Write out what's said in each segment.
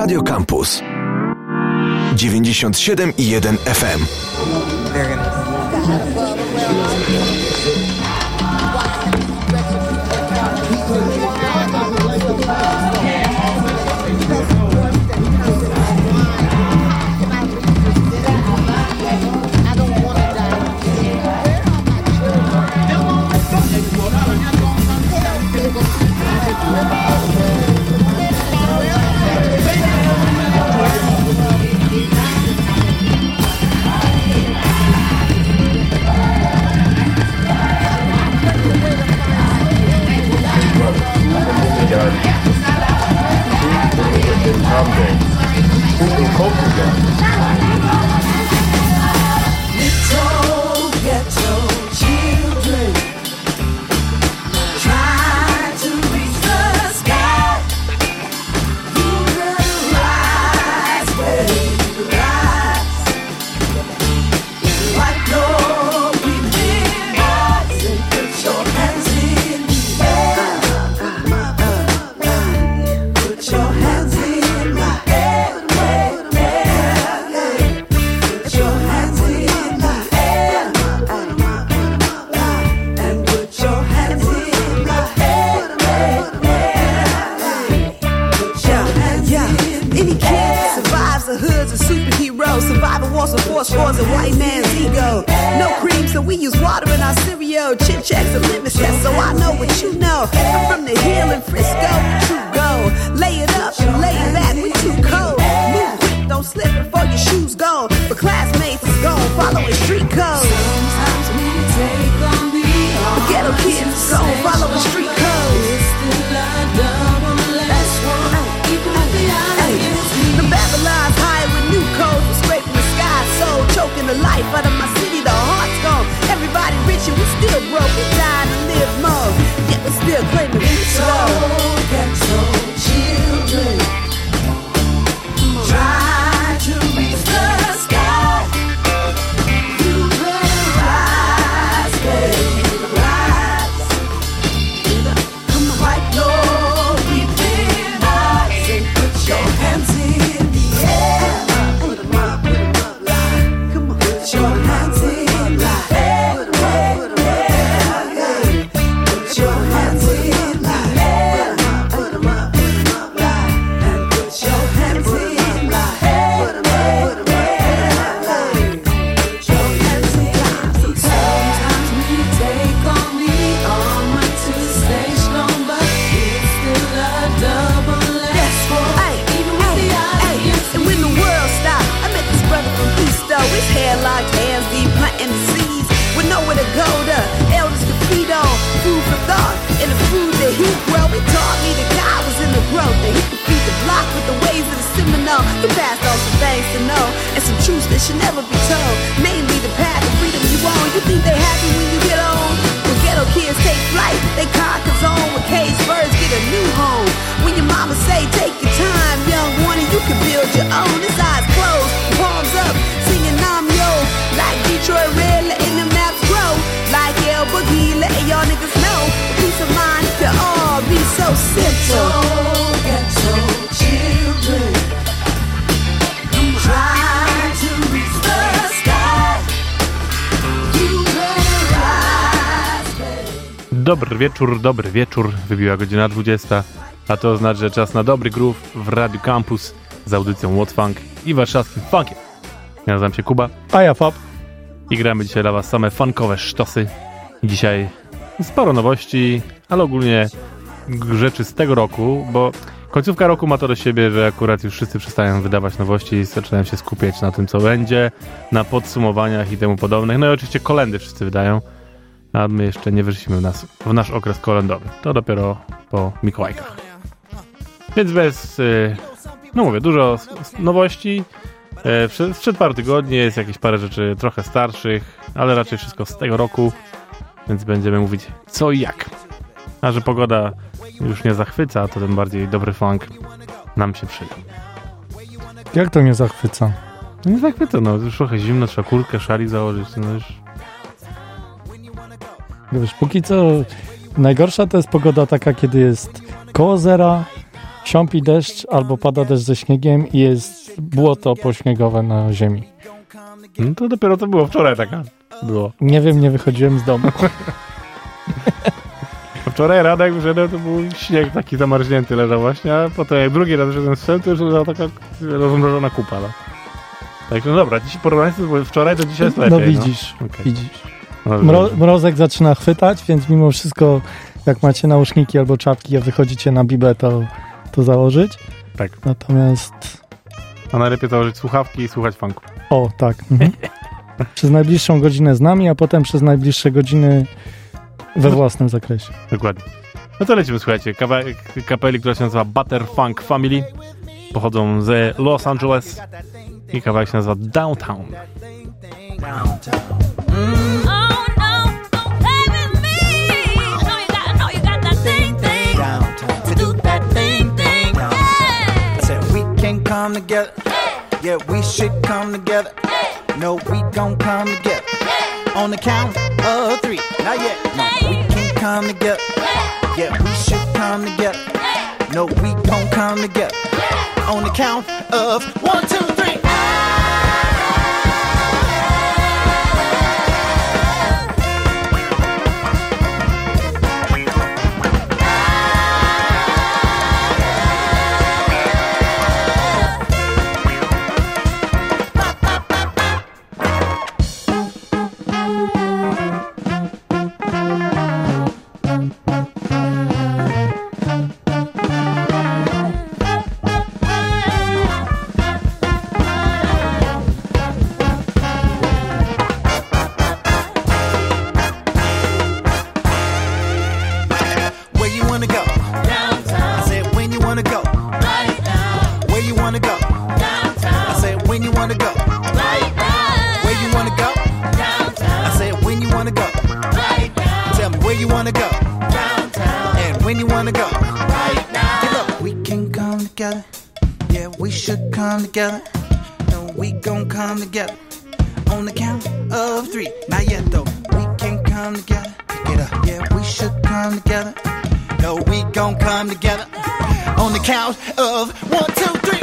Radio Campus 97,1 FM. Dobry wieczór, wybiła godzina 20, a to oznacza, że czas na dobry groove w Radio Campus z audycją What Funk i warszawskim funkiem. Ja nazywam się Kuba, a ja Fab i gramy dzisiaj dla was same funkowe sztosy. I dzisiaj sporo nowości, ale ogólnie rzeczy z tego roku, bo końcówka roku ma to do siebie, że akurat już wszyscy przestają wydawać nowości i zaczynają się skupiać na tym, co będzie, na podsumowaniach i temu podobnych. No i oczywiście kolędy wszyscy wydają. A my jeszcze nie weszliśmy w nasz okres kolędowy. To dopiero po Mikołajkach. Więc dużo nowości. Sprzed paru tygodni jest jakieś parę rzeczy trochę starszych, ale raczej wszystko z tego roku. Więc będziemy mówić co i jak. A że pogoda już nie zachwyca, to tym bardziej dobry funk nam się przyda. Jak to nie zachwyca? No nie zachwyca, no już trochę zimno, trzeba kurtkę, szalik założyć, no już... Wiesz, póki co najgorsza to jest pogoda taka, kiedy jest koło zera, siąpi deszcz albo pada deszcz ze śniegiem i jest błoto pośniegowe na ziemi. No to dopiero to było wczoraj taka. Było. Nie wiem, nie wychodziłem z domu. Wczoraj rano jak wyszedłem, to był śnieg taki zamarznięty leżał właśnie, a potem jak drugi raz wyszedłem z sprzętu, to już była taka rozmrożona kupa. No. Także no dobra, dzisiaj porównanie z wczoraj to dzisiaj jest lepiej. No widzisz, Okay. widzisz. No, Mrozek zaczyna chwytać, więc mimo wszystko jak macie nauszniki albo czapki, a wychodzicie na bibę, to założyć. tak. Natomiast... A najlepiej założyć słuchawki i słuchać funku. O, tak. Mhm. Przez najbliższą godzinę z nami, a potem przez najbliższe godziny we własnym zakresie. Dokładnie. No to lecimy, słuchajcie. Kapeli, która się nazywa Butterfunk Family. Pochodzą z Los Angeles. I kawałek się nazywa Downtown. Come together, yeah, we should come together. No, we gon' come together. On the count of 3, not yet. No, we can come together. Yeah, we should come together. No, we gon' come together. On the count of 1, 2, 3. Together, and we gon' come together on the count of 3. Not yet though. We can come together. Get up. Yeah, we should come together. No, we gon' come together on the count of 1, 2, 3.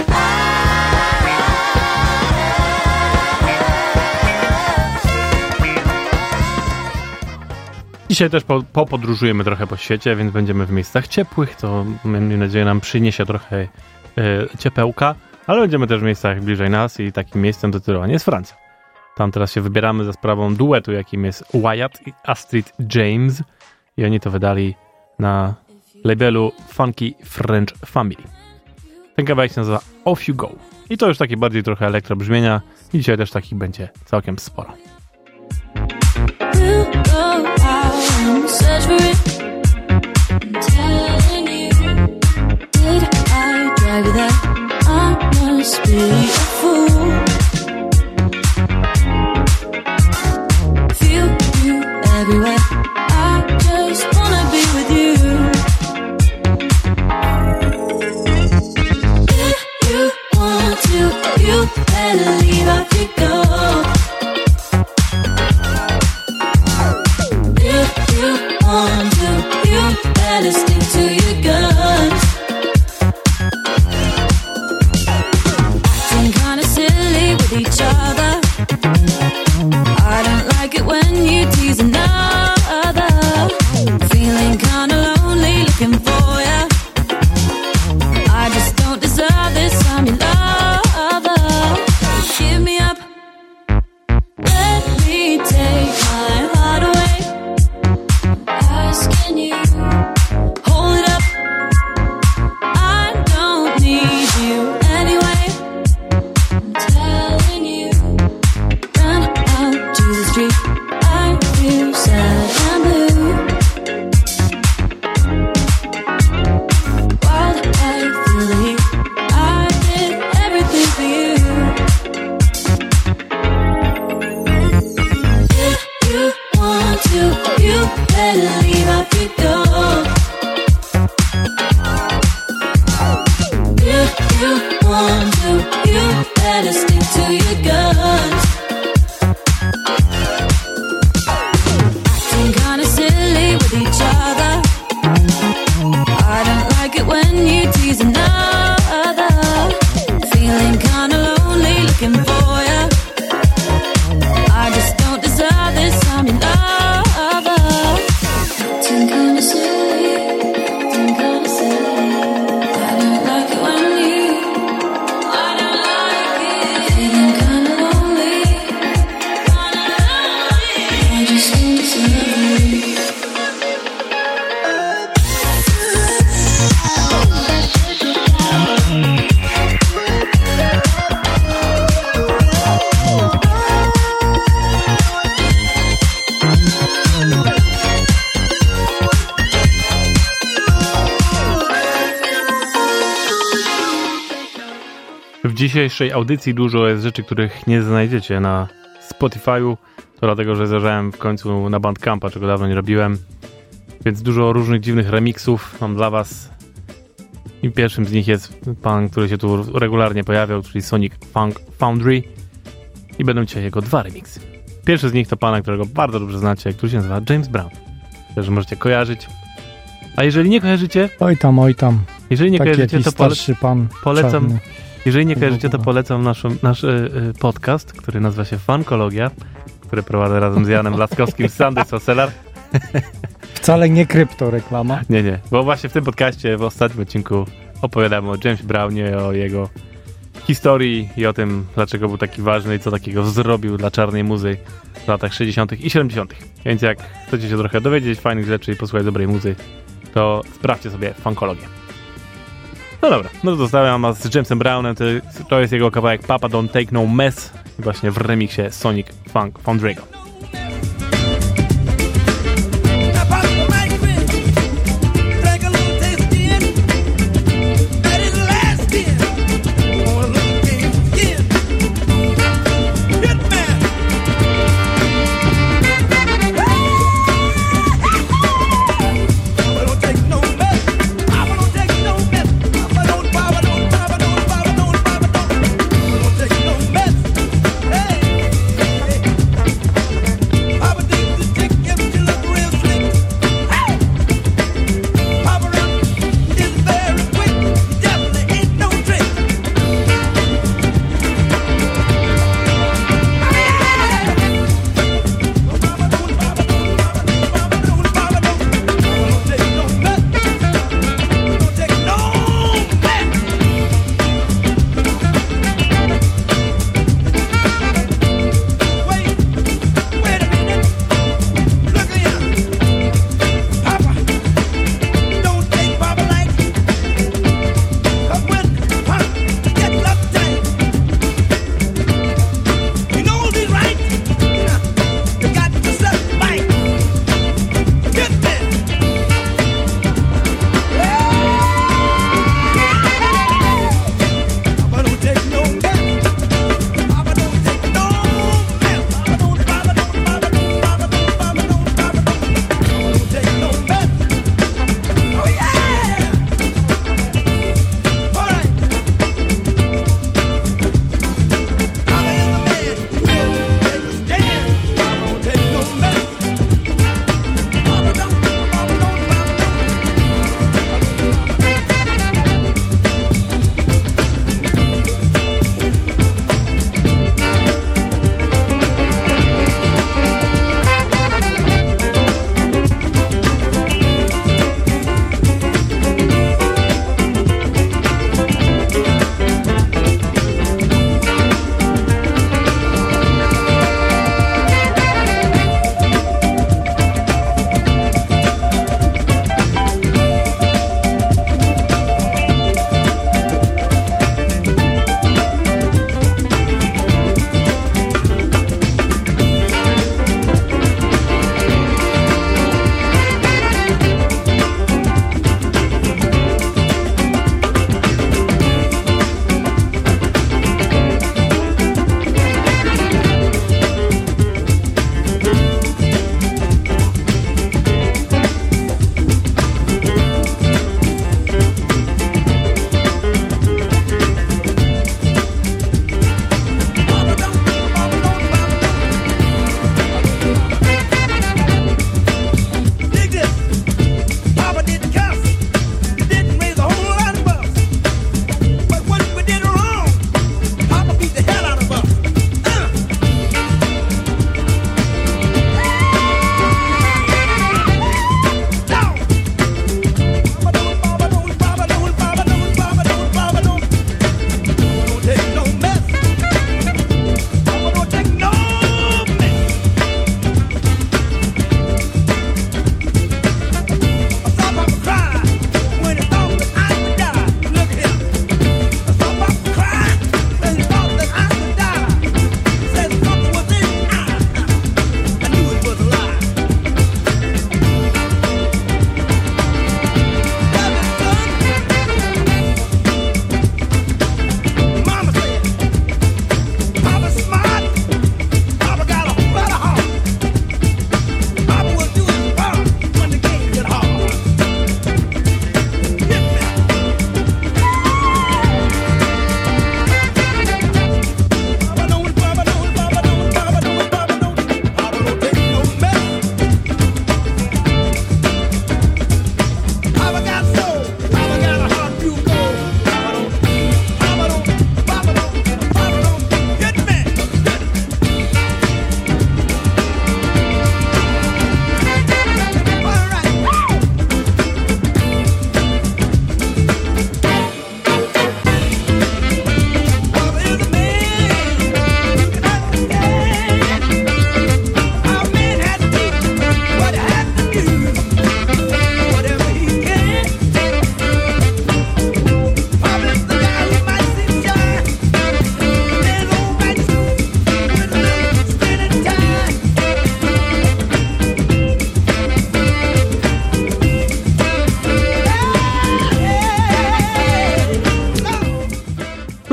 Dzisiaj też popodróżujemy trochę po świecie, więc będziemy w miejscach ciepłych. To mam nadzieję nam przyniesie trochę ciepełka. Ale będziemy też w miejscach bliżej nas i takim miejscem do tytułowania jest Francja. Tam teraz się wybieramy za sprawą duetu, jakim jest Wyatt i Astrid James. I oni to wydali na labelu Funky French Family. Ten kawałek się nazywa Off You Go. I to już takie bardziej trochę elektro brzmienia. I dzisiaj też takich będzie całkiem sporo. Must be a fool. Feel you everywhere. I just wanna be with you. If you want to, you better leave off you go. If you want to, you better stick to your guns. Each other. I don't like it when you tease another. Feeling kinda lonely, looking for ya. I just don't deserve this. I'm your lover. Give me up. Let me take my heart away. Asking you, hold it up. I don't need you anyway. I feel sad and blue. Wild, I feel the heat. I did everything for you. If you want to, you better leave off you go. If you want to, you better stick to your guns. Each other. I don't like it when you tease another. dzisiejszej audycji dużo jest rzeczy, których nie znajdziecie na Spotify'u. To dlatego, że zajrzałem w końcu na Bandcampa, czego dawno nie robiłem. Więc dużo różnych dziwnych remixów mam dla was. I pierwszym z nich jest pan, który się tu regularnie pojawiał, czyli Sonic Funk Foundry. I będą dzisiaj jego 2 remixy. Pierwszy z nich to pana, którego bardzo dobrze znacie, który się nazywa James Brown. Też możecie kojarzyć. A jeżeli nie kojarzycie... Oj tam. Jeżeli nie taki kojarzycie, to starszy pan polecam... czarny. Jeżeli nie kojarzycie, to polecam nasz podcast, który nazywa się Funkologia, który prowadzę razem z Janem Laskowskim z Sunday Socelar. Wcale nie kryptoreklama. Nie, bo właśnie w tym podcaście, w ostatnim odcinku opowiadamy o Jamesie Brownie, o jego historii i o tym, dlaczego był taki ważny i co takiego zrobił dla czarnej muzy w latach 60. i 70. Więc jak chcecie się trochę dowiedzieć fajnych rzeczy i posłuchać dobrej muzy, to sprawdźcie sobie Funkologię. No dobra, no to zostawiam was z Jamesem Brownem, to jest jego kawałek Papa Don't Take No Mess, właśnie w remiksie Sonic Funk Foundry'ego.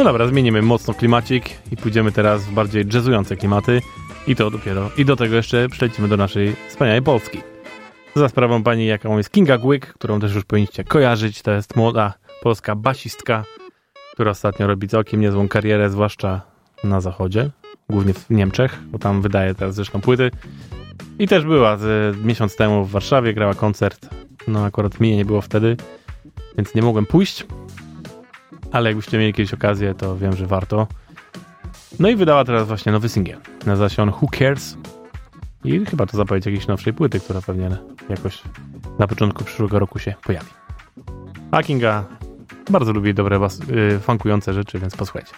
No dobra, zmienimy mocno klimacik i pójdziemy teraz w bardziej jazzujące klimaty i to dopiero. I do tego jeszcze przelecimy do naszej wspaniałej Polski. Za sprawą pani, jaką jest Kinga Głyk, którą też już powinniście kojarzyć. To jest młoda polska basistka, która ostatnio robi całkiem niezłą karierę, zwłaszcza na zachodzie, głównie w Niemczech, bo tam wydaje teraz zresztą płyty. I też była miesiąc temu w Warszawie, grała koncert. No akurat mnie nie było wtedy, więc nie mogłem pójść. Ale jakbyście mieli kiedyś okazję, to wiem, że warto. No i wydała teraz właśnie nowy singiel. Nazywa się on Who Cares? I chyba to zapowiedź jakiejś nowszej płyty, która pewnie jakoś na początku przyszłego roku się pojawi. A Kinga bardzo lubi dobre, funkujące rzeczy, więc posłuchajcie.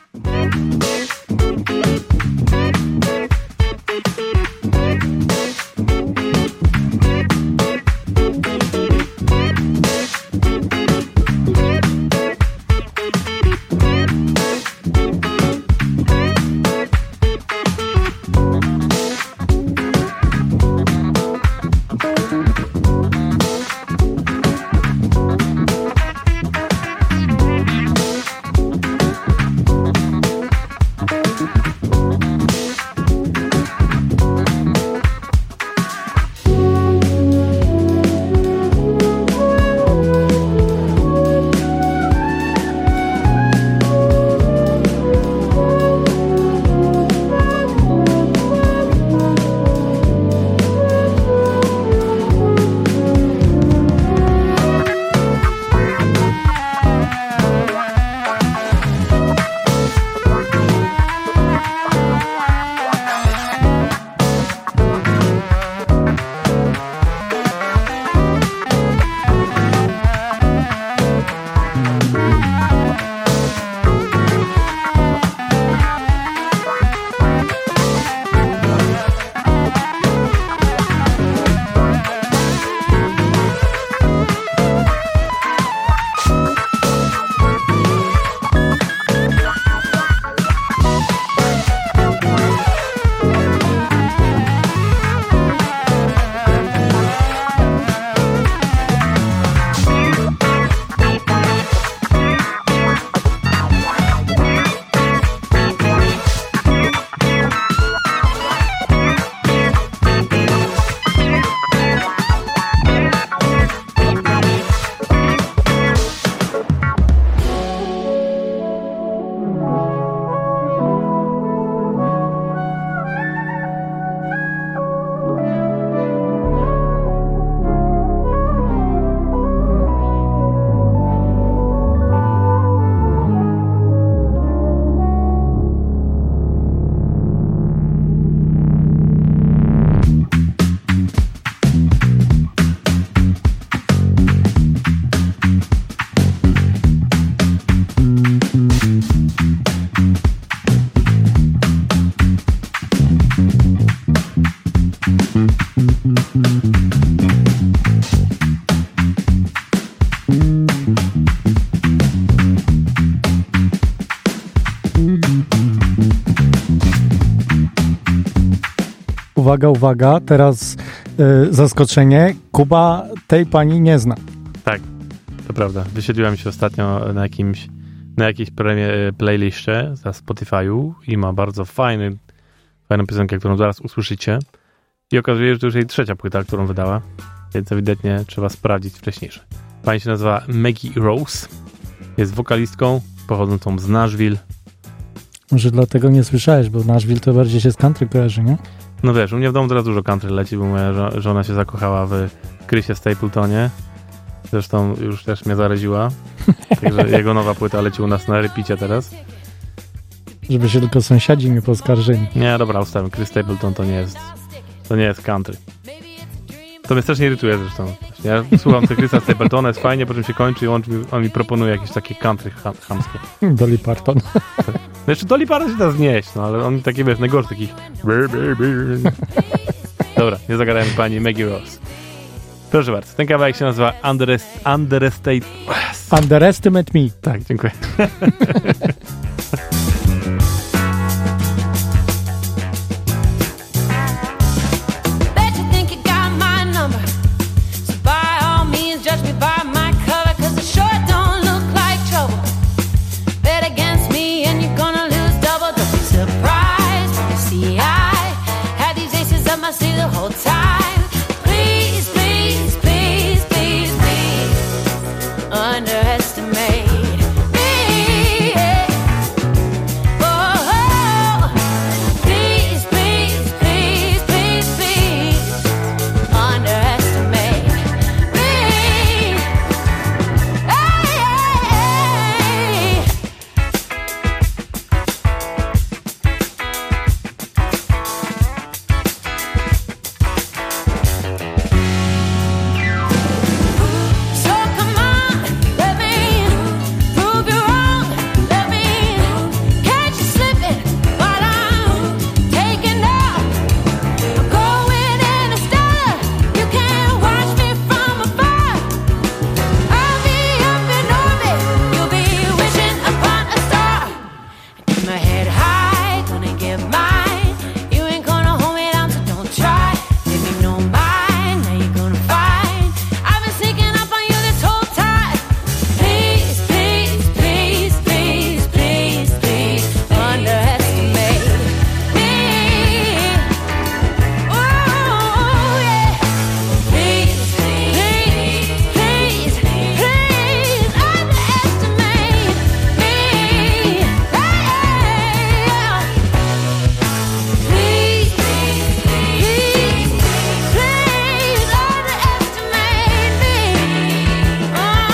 Uwaga, uwaga, teraz zaskoczenie. Kuba tej pani nie zna. Tak, to prawda. Wyświetliła się ostatnio na jakiejś playliście za Spotify'u i ma bardzo fajną piosenkę, którą zaraz usłyszycie. I okazuje się, że to już jej trzecia płyta, którą wydała, więc ewidentnie trzeba sprawdzić wcześniejsze. Pani się nazywa Maggie Rose. Jest wokalistką pochodzącą z Nashville. Może dlatego nie słyszałeś, bo Nashville to bardziej się z country kojarzy, nie? No wiesz, u mnie w domu teraz dużo country leci, bo moja żona się zakochała w Chrisie Stapletonie. Zresztą już też mnie zaraziła. Także jego nowa płyta leci u nas na repicie teraz. Żeby się tylko sąsiadzi nie poskarżyli. Nie, dobra, ustawiam. Chris Stapleton to nie jest country. To mnie strasznie irytuje zresztą. Ja słucham tego Chrisa Stapletona, jest fajnie, po czym się kończy i on mi proponuje jakieś takie country chamskie. Dolly Parton. No jeszcze Dolly Parton się da znieść, no ale on taki, wiesz, najgorszy takich. Dobra, nie zagadajmy pani Maggie Rose. Proszę bardzo, ten kawałek się nazywa Underestimate Me. Tak, dziękuję. Judge me by my color, 'cause the short don't look like trouble. Bet against me and see the whole time. Please, please, please, please, please, underestimate me. Oh, please, please, please, please, please, underestimate me. So come on, let me prove you wrong. Let me catch you slipping while I'm taking off. I'm going interstellar. You can't watch me from afar. I'll be up in orbit. You'll be wishing upon a star. Keep my head high, gonna get mine. You ain't gonna hold me down, so don't try. Give me no mind, now you're gonna find I've been sneaking up on you this whole time. Please, please, please, please, please, please, underestimate me. Oh, yeah. Please, please, please, please, underestimate me. Hey, please, please, please, please, underestimate me.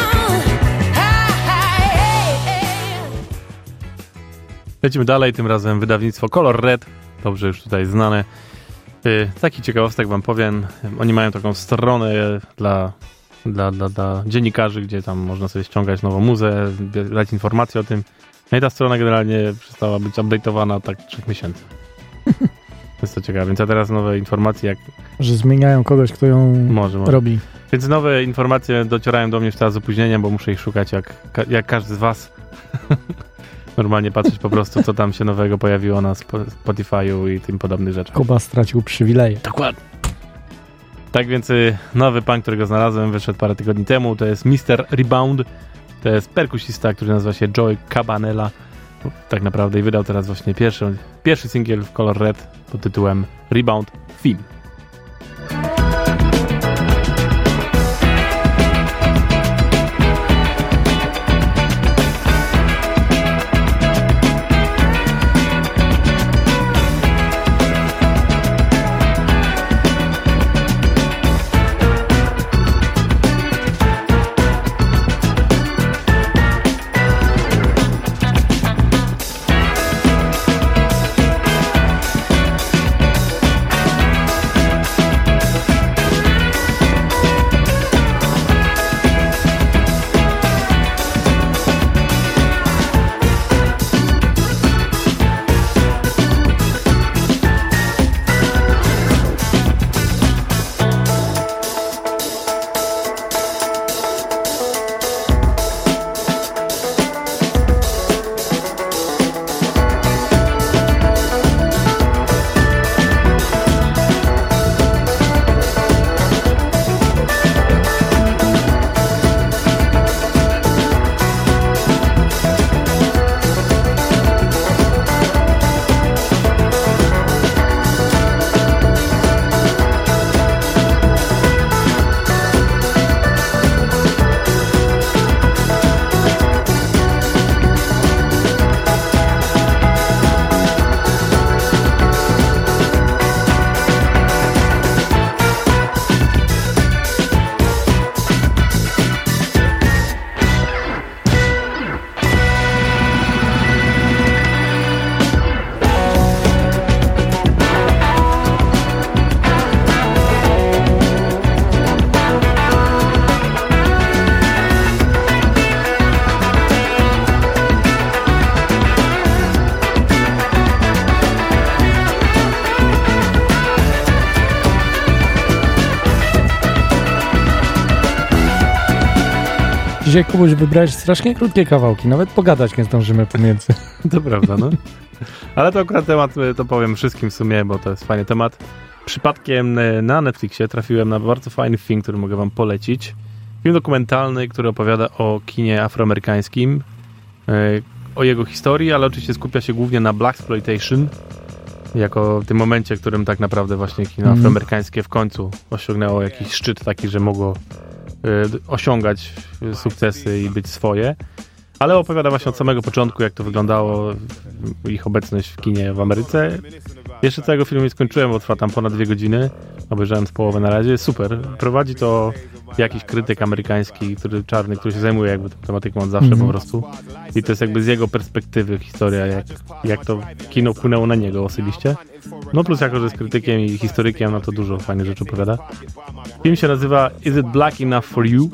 Lecimy dalej, tym razem wydawnictwo Color Red, dobrze już tutaj znane. Taki ciekawostek wam powiem, oni mają taką stronę dla dziennikarzy, gdzie tam można sobie ściągać nową muzę, dać informacje o tym. No i ta strona generalnie przestała być update'owana od tak 3 miesięcy. Jest to ciekawe, więc a teraz nowe informacje, jak Że zmieniają kogoś, kto ją może. robi. Więc nowe informacje docierają do mnie teraz z opóźnieniem, bo muszę ich szukać jak każdy z was. Normalnie patrzeć po prostu, co tam się nowego pojawiło na Spotify'u i tym podobnych rzeczach. Kuba stracił przywileje. Dokładnie. Tak więc nowy punk, którego znalazłem, wyszedł parę tygodni temu, to jest Mr. Rebound. To jest perkusista, który nazywa się Joey Cabanela. Tak naprawdę i wydał teraz właśnie pierwszy singiel w Color Red pod tytułem Rebound Theme. Dzisiaj, Kubuś, wybrałeś strasznie krótkie kawałki. Nawet pogadać nie zdążymy pomiędzy. To prawda, no. Ale to akurat temat, to powiem wszystkim w sumie, bo to jest fajny temat. Przypadkiem na Netflixie trafiłem na bardzo fajny film, który mogę wam polecić. Film dokumentalny, który opowiada o kinie afroamerykańskim, o jego historii, ale oczywiście skupia się głównie na blaxploitation. jako w tym momencie, w którym tak naprawdę właśnie kino afroamerykańskie w końcu osiągnęło jakiś szczyt taki, że mogło osiągać sukcesy i być swoje. Ale opowiada właśnie od samego początku, jak to wyglądało, ich obecność w kinie w Ameryce. Jeszcze całego filmu nie skończyłem, bo trwa tam ponad 2 godziny. Obejrzałem z połowy na razie. Super. Prowadzi to jakiś krytyk amerykański, czarny, który się zajmuje jakby tą tematyką od zawsze po prostu. I to jest jakby z jego perspektywy historia, jak to kino wpłynęło na niego osobiście. No plus jako, że jest krytykiem i historykiem, no to dużo fajnych rzeczy opowiada. Film się nazywa Is It Black Enough For You?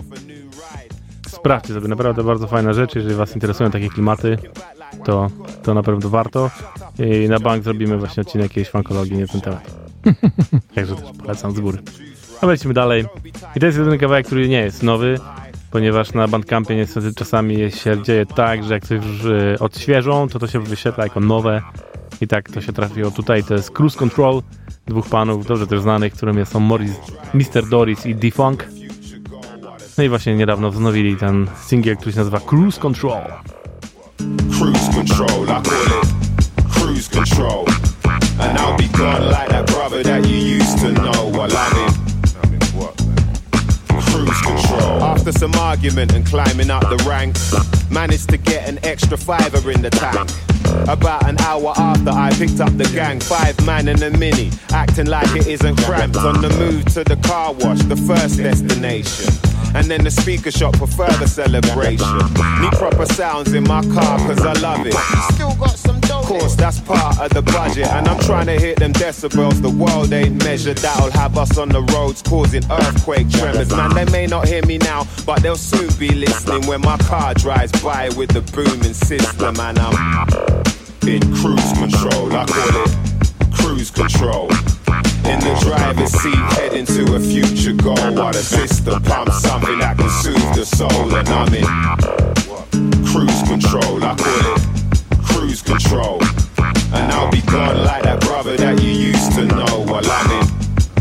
Sprawdźcie sobie, naprawdę bardzo fajna rzecz. Jeżeli was interesują takie klimaty, to na pewno warto. I na bank zrobimy właśnie odcinek jakiejś funkologii, nie ten temat. Także też polecam z góry. A lecimy dalej. I to jest jedyny kawałek, który nie jest nowy, ponieważ na Bandcampie niestety czasami się dzieje tak, że jak coś odświeżą, to się wyświetla jako nowe. I tak to się trafiło tutaj. To jest Cruise Control, 2 panów dobrze też znanych, którym są Mr. Doris i D-Funk. No i właśnie niedawno wznowili ten singiel, który się nazywa Cruise Control. Cruise control, I call it cruise control. And I'll be gone like that brother that you used to know. Well, I'm in what? Cruise control. After some argument and climbing up the ranks, managed to get an extra $5 in the tank. About an hour after I picked up the gang, 5 man in a mini, acting like it isn't cramped. On the move to the car wash, the first destination. And then the speaker shop for further celebration. Need proper sounds in my car cause I love it. Still got some dough. Of course that's part of the budget. And I'm trying to hit them decibels the world ain't measured. That'll have us on the roads causing earthquake tremors. Man, they may not hear me now, but they'll soon be listening when my car drives by with the booming system. And I'm in cruise control, I call it cruise control. In the driver's seat, heading to a future goal. While the system pumps something that can soothe the soul. And I'm in cruise control, I call it cruise control. And I'll be gone like that brother that you used to know. While I'm in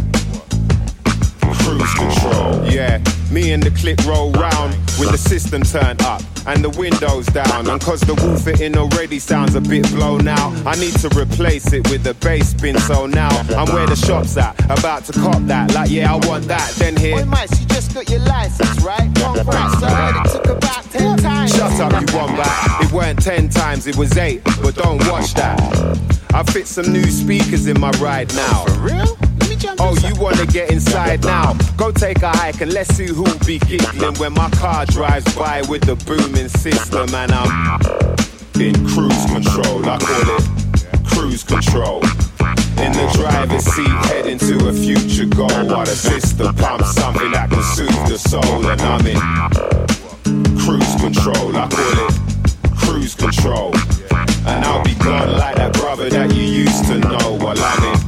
cruise control. Yeah, me and the clip roll round with the system turned up and the windows down. And cause the woofer in already sounds a bit blown out, I need to replace it with the bass spin. So now I'm where the shop's at, about to cop that. Like yeah, I want that. Then here, Oi mates, you just got your license, right? Congrats, I heard it took about 10 times. shut up you one back. It weren't 10 times, it was 8. But don't watch that. I fit some new speakers in my ride now. For real? Oh, you wanna get inside now? Go take a hike and let's see who'll be giggling when my car drives by with the booming system. And I'm in cruise control, I call it cruise control. In the driver's seat, heading to a future goal. While the system pumps something that can soothe the soul. And I'm in cruise control, I call it cruise control. And I'll be gone like that brother that you used to know. While I'm in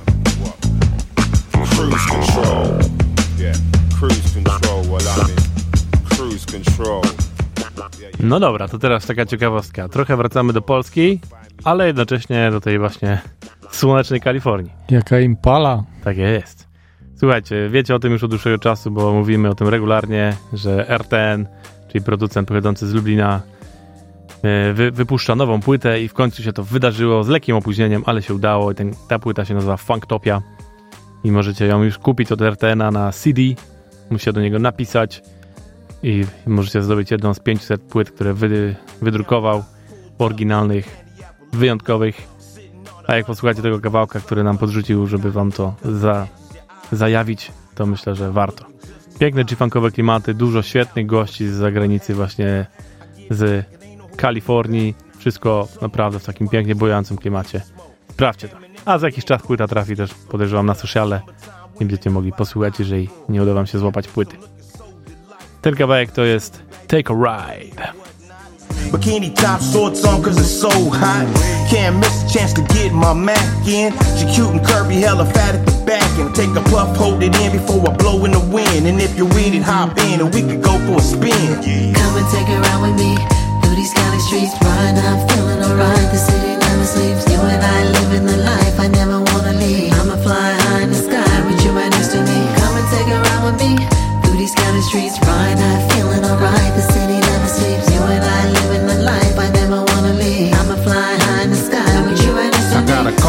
cruise control. Yeah, cruise control while I'm in cruise control. No dobra, to teraz taka ciekawostka. Trochę wracamy do Polski, ale jednocześnie do tej właśnie słonecznej Kalifornii. Jaka Impala. Tak jest. Słuchajcie, wiecie o tym już od dłuższego czasu, bo mówimy o tym regularnie, że RTN, czyli producent pochodzący z Lublina, wypuszcza nową płytę i w końcu się to wydarzyło z lekkim opóźnieniem, ale się udało. Ta płyta się nazywa Funktopia. I możecie ją już kupić od RTN-a na CD. Musicie do niego napisać i możecie zdobyć jedną z 500 płyt, które wydrukował, oryginalnych, wyjątkowych. A jak posłuchacie tego kawałka, który nam podrzucił, żeby wam to zajawić, to myślę, że warto. Piękne G-funkowe klimaty, dużo świetnych gości z zagranicy, właśnie z Kalifornii. Wszystko naprawdę w takim pięknie bującym klimacie. Sprawdźcie to. A za jakiś czas płyta trafi też, podejrzewam, na sociale i będziecie mogli posłuchać, jeżeli nie uda wam się złapać płyty. Ten kawałek to jest Take a Ride. Bikini top, shorts on cause it's so hot. Can't miss a chance to get my Mac in. She cute and curvy, hella fat at the back. And take a puff, hold it in before I blow in the wind. And if you're with it, hop in and we could go for a spin. Come and take a ride with me through these Cali streets. Right now I'm feeling alright. The city never sleeps. You and I living the life I never wanna leave. I'ma fly high in the sky with you right next to me. Come and take a ride with me through these Cali streets. Right now I'm feeling alright. The city never sleeps. You and I living the life I never wanna leave. I'ma fly high in the sky with you right next to me. I got a call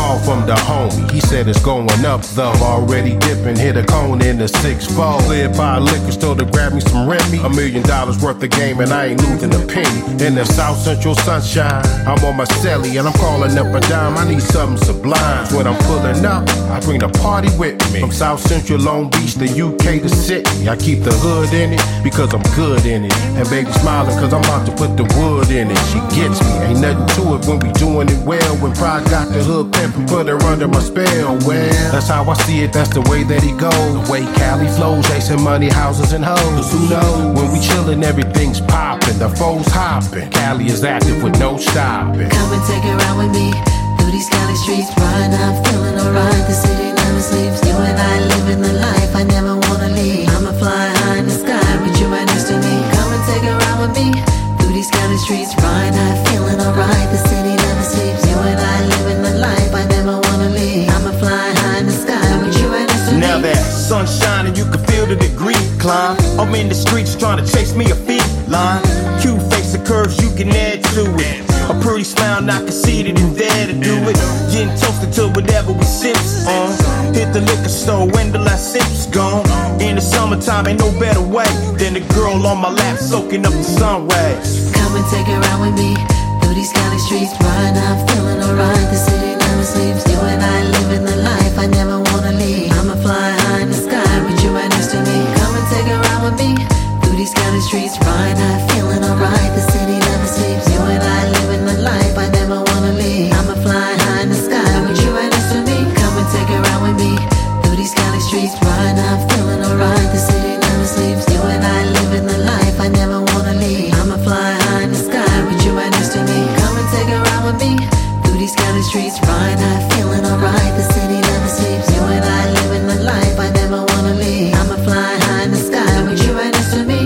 the homie. He said it's going up though. Already dipping, hit a cone in the 6-4. Slid by a liquor store to grab me some Remy. $1 million worth of game and I ain't losing a penny. In the South Central sunshine, I'm on my celly and I'm calling up a dime. I need something sublime. When I'm pulling up, I bring the party with me. From South Central Long Beach to UK to Sydney. I keep the hood in it because I'm good in it. And baby smiling cause I'm about to put the wood in it. She gets me, ain't nothing to it when we doing it well. When Pride got the hood pimp and put her under my spell. Well, that's how I see it, that's the way that he goes. The way Cali flows, chasing money, houses and hoes. Who knows? When we chillin', everything's poppin'. The foes hoppin'. Cali is active with no stopping. Come and take it around with me through these Cali streets. Right now I'm feeling alright. The city never sleeps. You and I living the life I never wanna leave. I'ma fly high in the sky with you right next to me. Come and take it around with me through these Cali streets. Right now I'm feeling alright. The city never sleeps. You and I living the life I never wanna leave. I'ma fly high in the sky with you right next to me. Now that sun's shining, you can feel the degree climb. I'm in the streets trying to chase me a feline. Cute face of curves you can add to it. A pretty smile, not conceited and there to do it. Getting toasted to whatever we sips on. Hit the liquor store when the last sip's gone. In the summertime, ain't no better way than the girl on my lap soaking up the sun rays. Come and take it around with me through these Cali streets. Right now I'm feeling alright. The city never sleeps. You and I living the life I never wanna leave. I'ma fly high in the sky with you right next to me. Come and take it around with me through these Cali streets. Right now I'm feeling alright. The city never sleeps. You and I living the life I never wanna leave. I'ma fly high in the sky with you right next to me. Come and take it around with me through these Cali streets. Right now I'm feeling alright. The city never sleeps. You and I living the life I never wanna leave. I'ma fly high in the sky with you right next to me. Come and take it around with me through these Cali streets. Right now I'm feeling alright. The city never sleeps. You and I living the life I never wanna leave. I'ma fly high in the sky with you right next to me.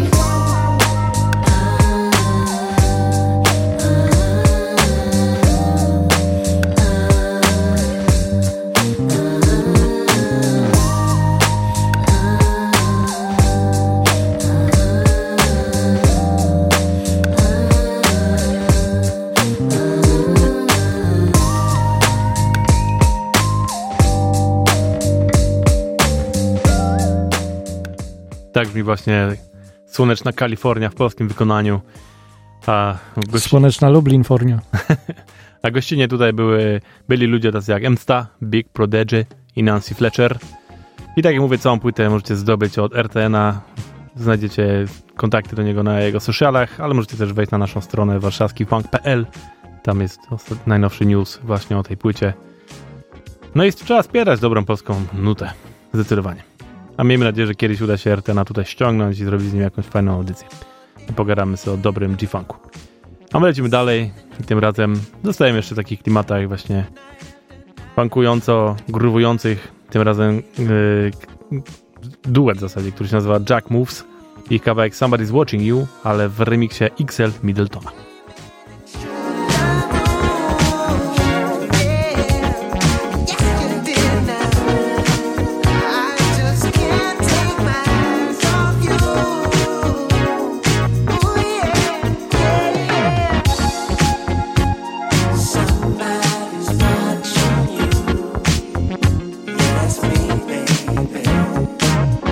Tak brzmi właśnie słoneczna Kalifornia w polskim wykonaniu. Słoneczna Lublinfornia. A gościnie tutaj byli ludzie tacy jak Emsta, Big Prodigy i Nancy Fletcher. I tak jak mówię, całą płytę możecie zdobyć od RTN-a. Znajdziecie kontakty do niego na jego socialach, ale możecie też wejść na naszą stronę warszawskifunk.pl. Tam jest najnowszy news właśnie o tej płycie. No i trzeba wspierać dobrą polską nutę. Zdecydowanie. A miejmy nadzieję, że kiedyś uda się RTN tutaj ściągnąć i zrobić z nim jakąś fajną audycję. I pogadamy sobie o dobrym G-Funku. A my lecimy dalej i tym razem zostajemy jeszcze w takich klimatach właśnie funkująco, gruwujących. Tym razem duet w zasadzie, który się nazywa Jack Moves i kawałek Somebody's Watching You, ale w remiksie XL Middletona.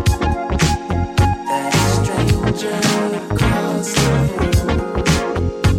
Across the room.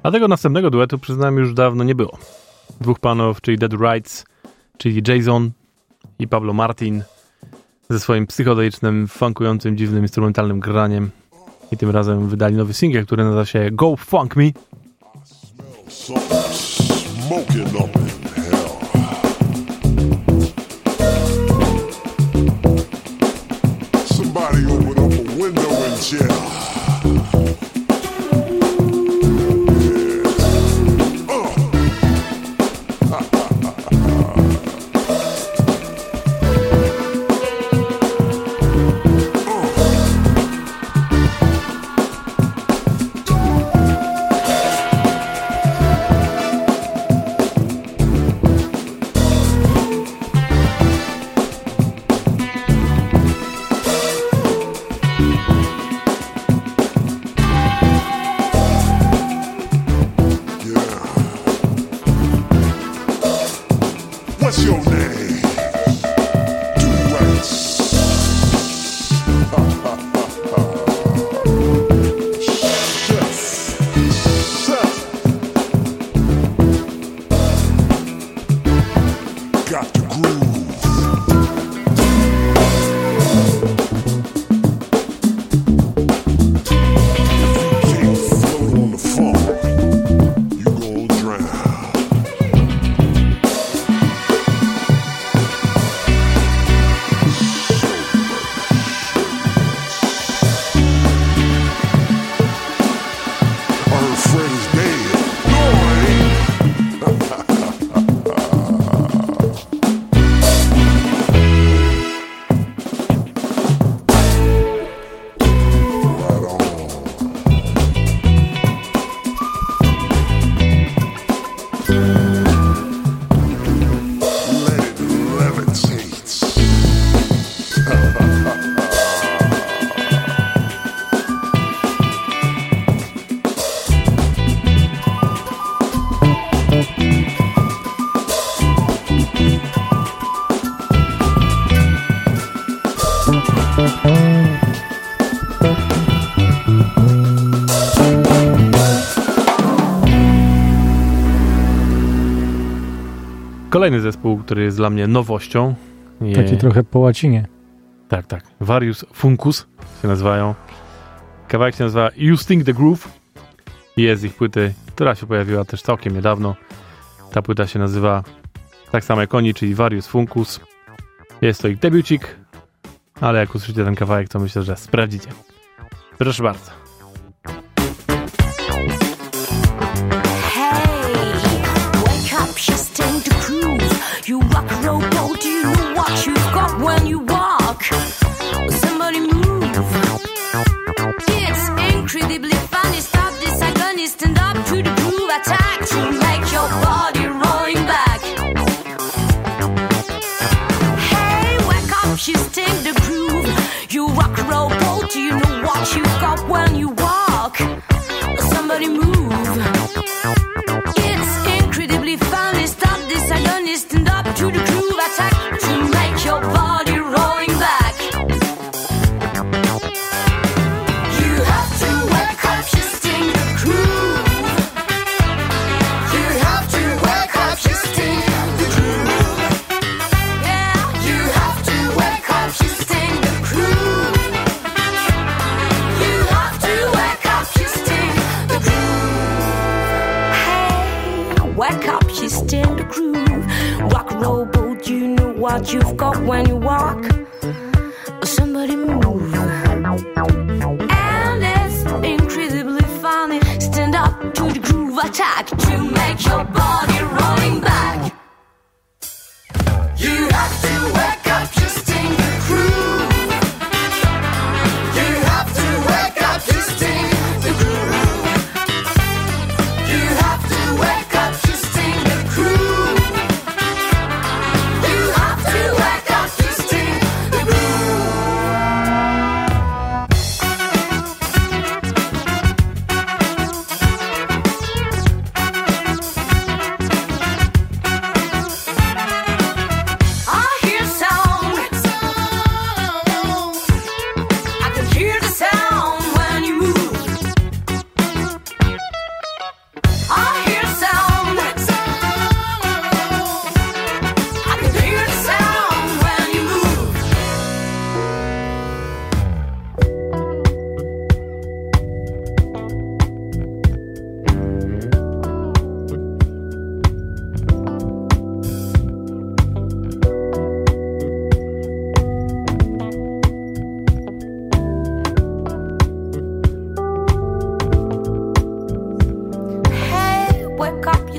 A tego następnego duetu, przyznam, już dawno nie było. Dwóch panów, czyli Dead Rights, czyli Jason i Pablo Martin ze swoim psychodelicznym, funkującym, dziwnym, instrumentalnym graniem. I tym razem wydali nowy singiel, który nazywa się Go Funk Me. Smoking up in hell. Somebody open up a window and yell. Kolejny zespół, który jest dla mnie nowością. Taki trochę po łacinie. Tak. Various Funcus się nazywają. Kawałek się nazywa You Sting the Groove. Jest z ich płyty, która się pojawiła też całkiem niedawno. Ta płyta się nazywa tak samo jak oni, czyli Various Funcus. Jest to ich debiucik, ale jak usłyszycie ten kawałek, to myślę, że sprawdzicie. Proszę bardzo. You rock rowboat, you know what you've got when you walk. Somebody move. It's incredibly funny. Stop this agony, stand up to the groove attack to make your body rolling back. Hey, wake up, you sting the groove. You rock rowboat, you know what you've got when you walk. Somebody move. It's incredibly funny. Stop this agony, stand up to the groove attack to make your body rolling back. You have to wake up, you sting the groove. You have to wake up, you sting the groove. Yeah, you have to wake up, you sting the groove. You have to wake up, you sting the groove. Hey, wake up, you sting the groove. Rock rowboat, you know what you've got when you walk. Somebody move. And it's incredibly funny. Stand up to the groove attack to make your body rolling back. You have to wake up, you sting the groove. You have to wake up, you sting the groove. You have to wake up, you sting the groove. You have to wake up, you sting the groove.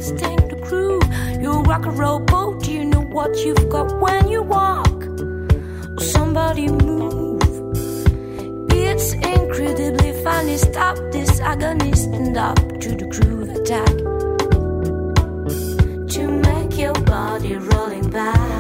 distinct groove. You rock a rowboat, do you know what you've got when you walk? Or somebody move. It's incredibly funny. Stop this agonist and up to the groove attack. To make your body rolling back.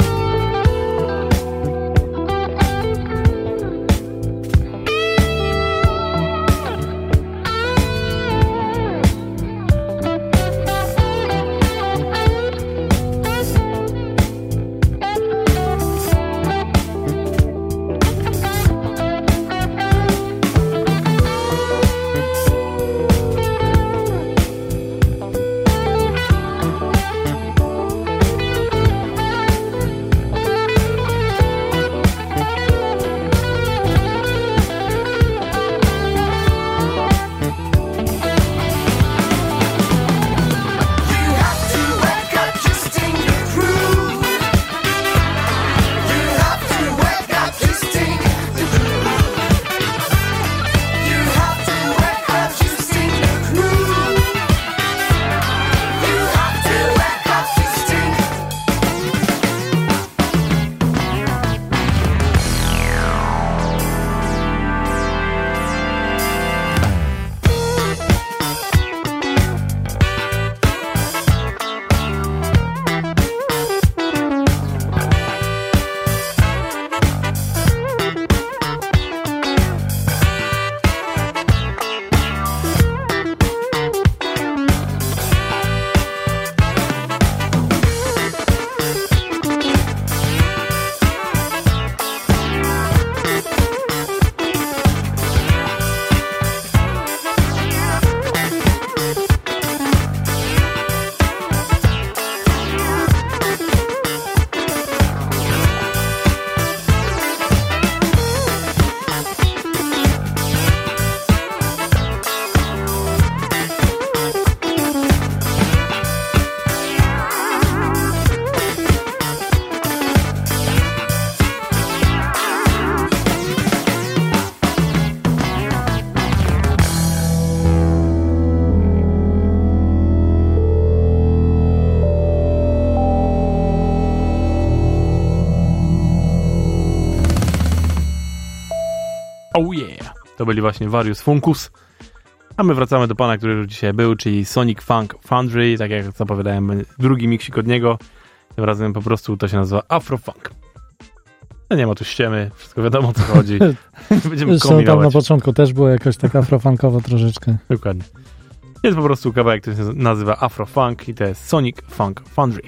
Oh yeah! To byli właśnie Various Funkus. A my wracamy do pana, który już dzisiaj był, czyli Sonic Funk Foundry. Tak jak zapowiadałem, drugi miksik od niego. Tym razem po prostu to się nazywa Afrofunk. No nie ma tu ściemy, wszystko wiadomo o co chodzi. Będziemy kombinować. Tam na początku też było jakoś tak afrofunkowo troszeczkę. Dokładnie. Jest po prostu kawałek, który się nazywa Afrofunk i to jest Sonic Funk Foundry.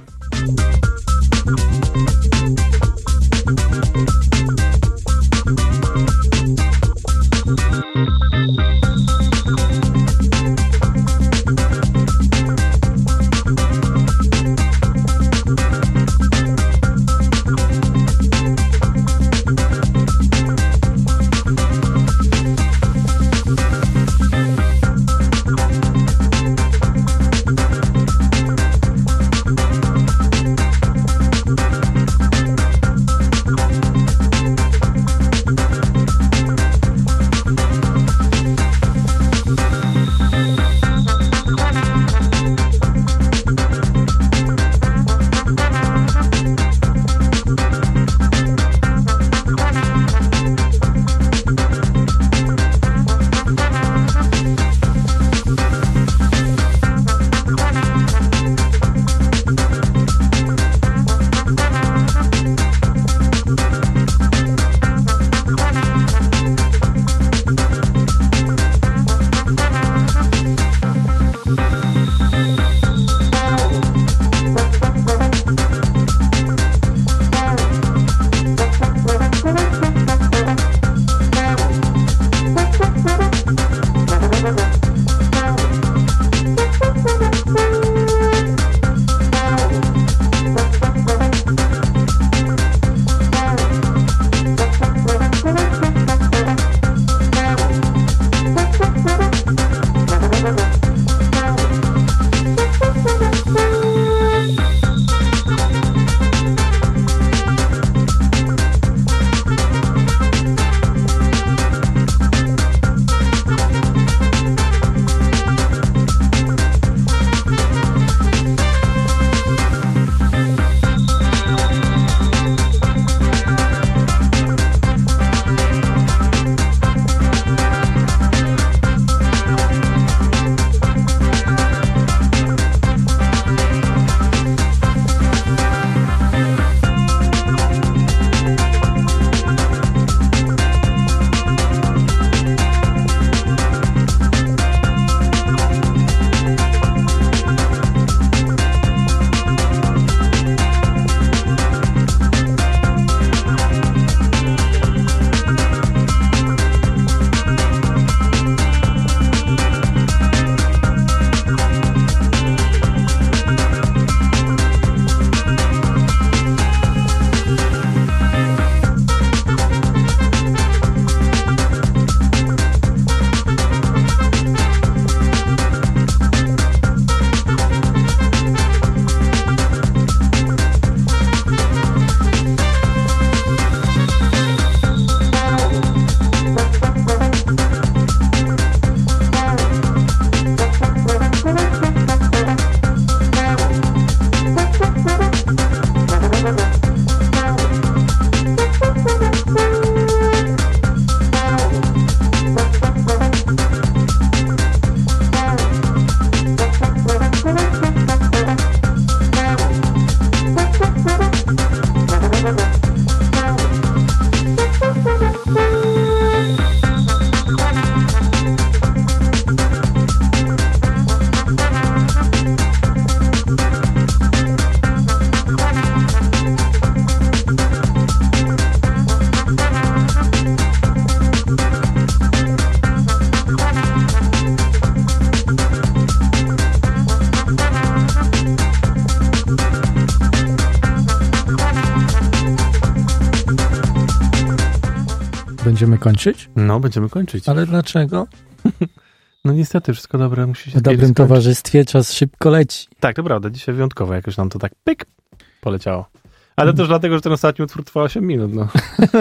będziemy kończyć? No, będziemy kończyć. Ale dlaczego? No niestety, wszystko dobre musi się W dobrym skończyć. towarzystwie czas szybko leci. Tak, to prawda. Dzisiaj wyjątkowo jakoś nam to tak pyk poleciało. Ale też dlatego, że ten ostatni utwór trwał 8 minut, no.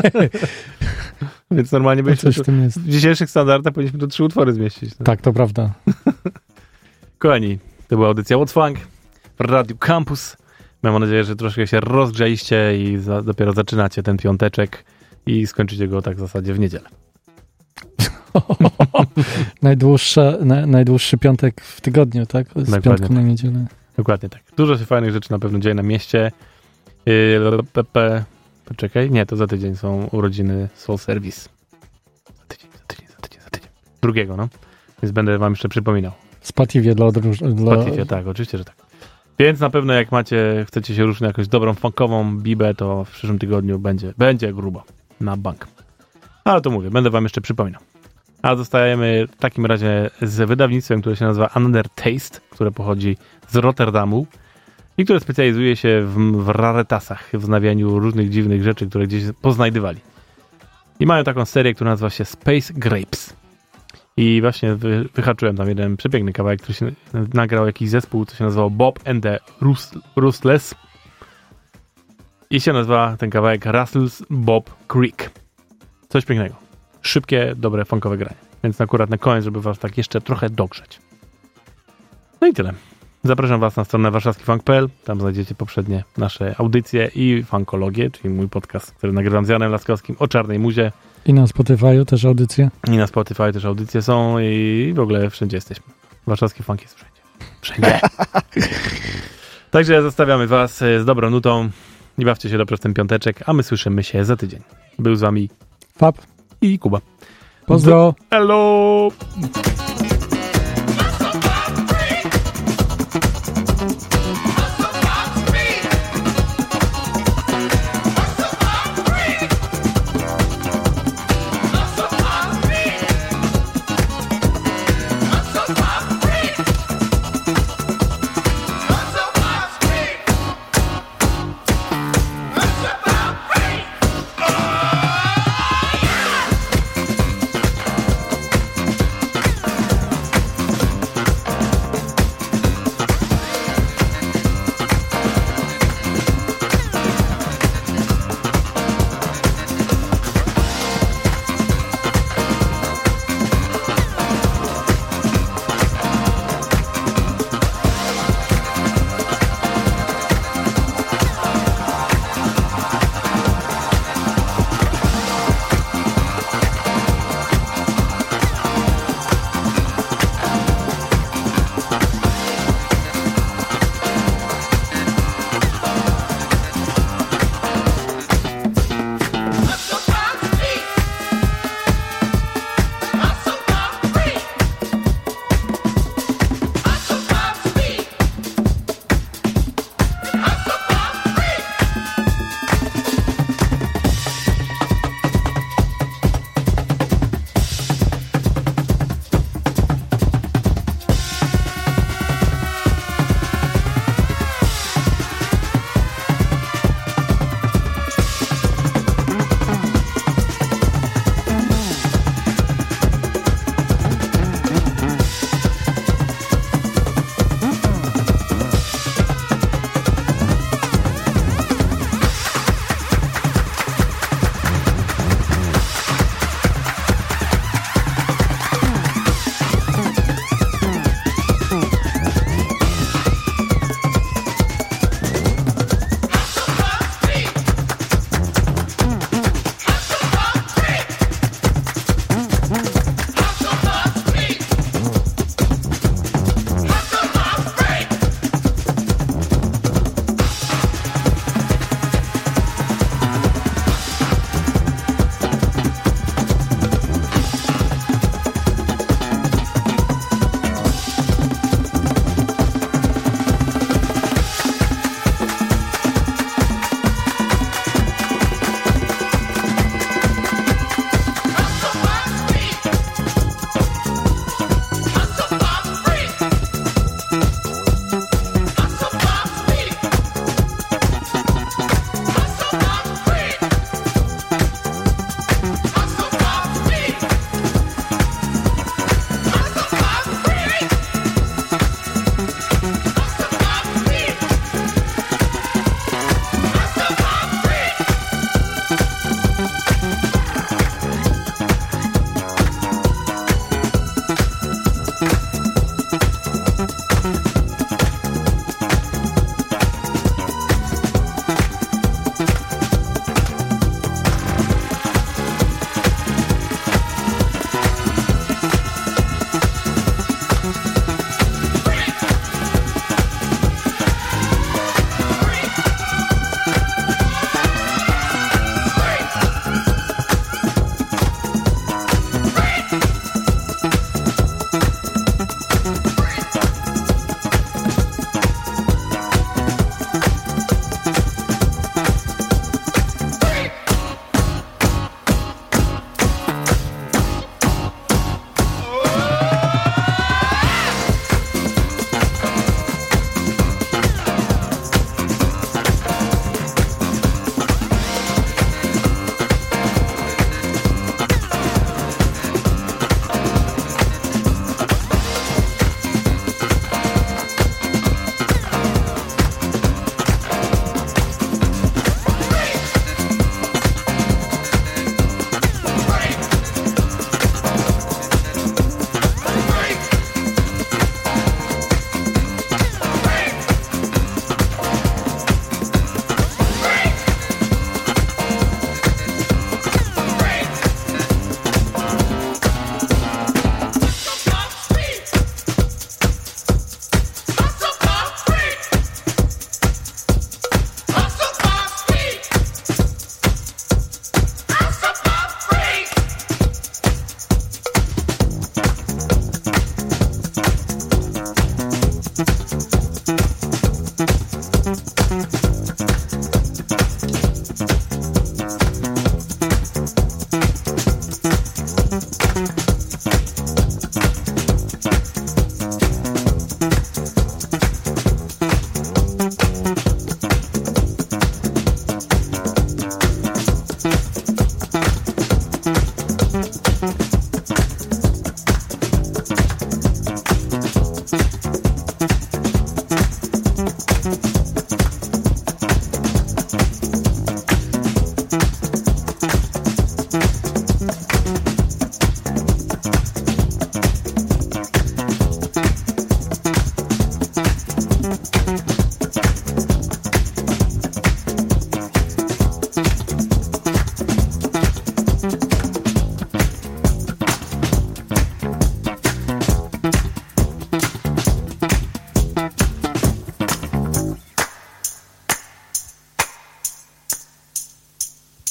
Więc normalnie byliśmy... Coś w tym jest. W dzisiejszych standardach powinniśmy tu 3 utwory zmieścić. No. Tak, to prawda. Kochani, to była audycja What's Funk w Radiu Campus. Mam nadzieję, że troszkę się rozgrzaliście i dopiero zaczynacie ten piąteczek i skończycie go tak w zasadzie w niedzielę. Najdłuższy piątek w tygodniu, tak? Z Dokładnie piątku tak. na niedzielę. Dokładnie tak. Dużo się fajnych rzeczy na pewno dzieje na mieście. Poczekaj, nie, to za tydzień są urodziny Soul Service. Za tydzień. Drugiego, no. Więc będę wam jeszcze przypominał. Spativie dla Spativie, tak, oczywiście, że tak. Więc na pewno jak chcecie się ruszyć na jakąś dobrą funkową bibę, to w przyszłym tygodniu będzie grubo. Na bank. Ale to mówię, będę wam jeszcze przypominał. A zostajemy w takim razie z wydawnictwem, które się nazywa Another Taste, które pochodzi z Rotterdamu i które specjalizuje się w rarytasach, w znawianiu różnych dziwnych rzeczy, które gdzieś poznajdywali. I mają taką serię, która nazywa się Space Grapes. I właśnie wyhaczyłem tam jeden przepiękny kawałek, który się nagrał jakiś zespół, co się nazywało Bob and the Rustless. I się nazywa ten kawałek Russell's Bob Creek. Coś pięknego. Szybkie, dobre, funkowe granie. Więc akurat na koniec, żeby was tak jeszcze trochę dogrzeć. No i tyle. Zapraszam was na stronę warszawskifunk.pl. Tam znajdziecie poprzednie nasze audycje i funkologię, czyli mój podcast, który nagrywam z Janem Laskowskim o czarnej muzie. I na Spotify'u też audycje. I na Spotify też audycje są i w ogóle wszędzie jesteśmy. Warszawski funk jest wszędzie. Wszędzie. Także zostawiamy was z dobrą nutą. Nie bawcie się dobrze w ten piąteczek, a my słyszymy się za tydzień. Był z wami Fab i Kuba. Pozdro. Hello!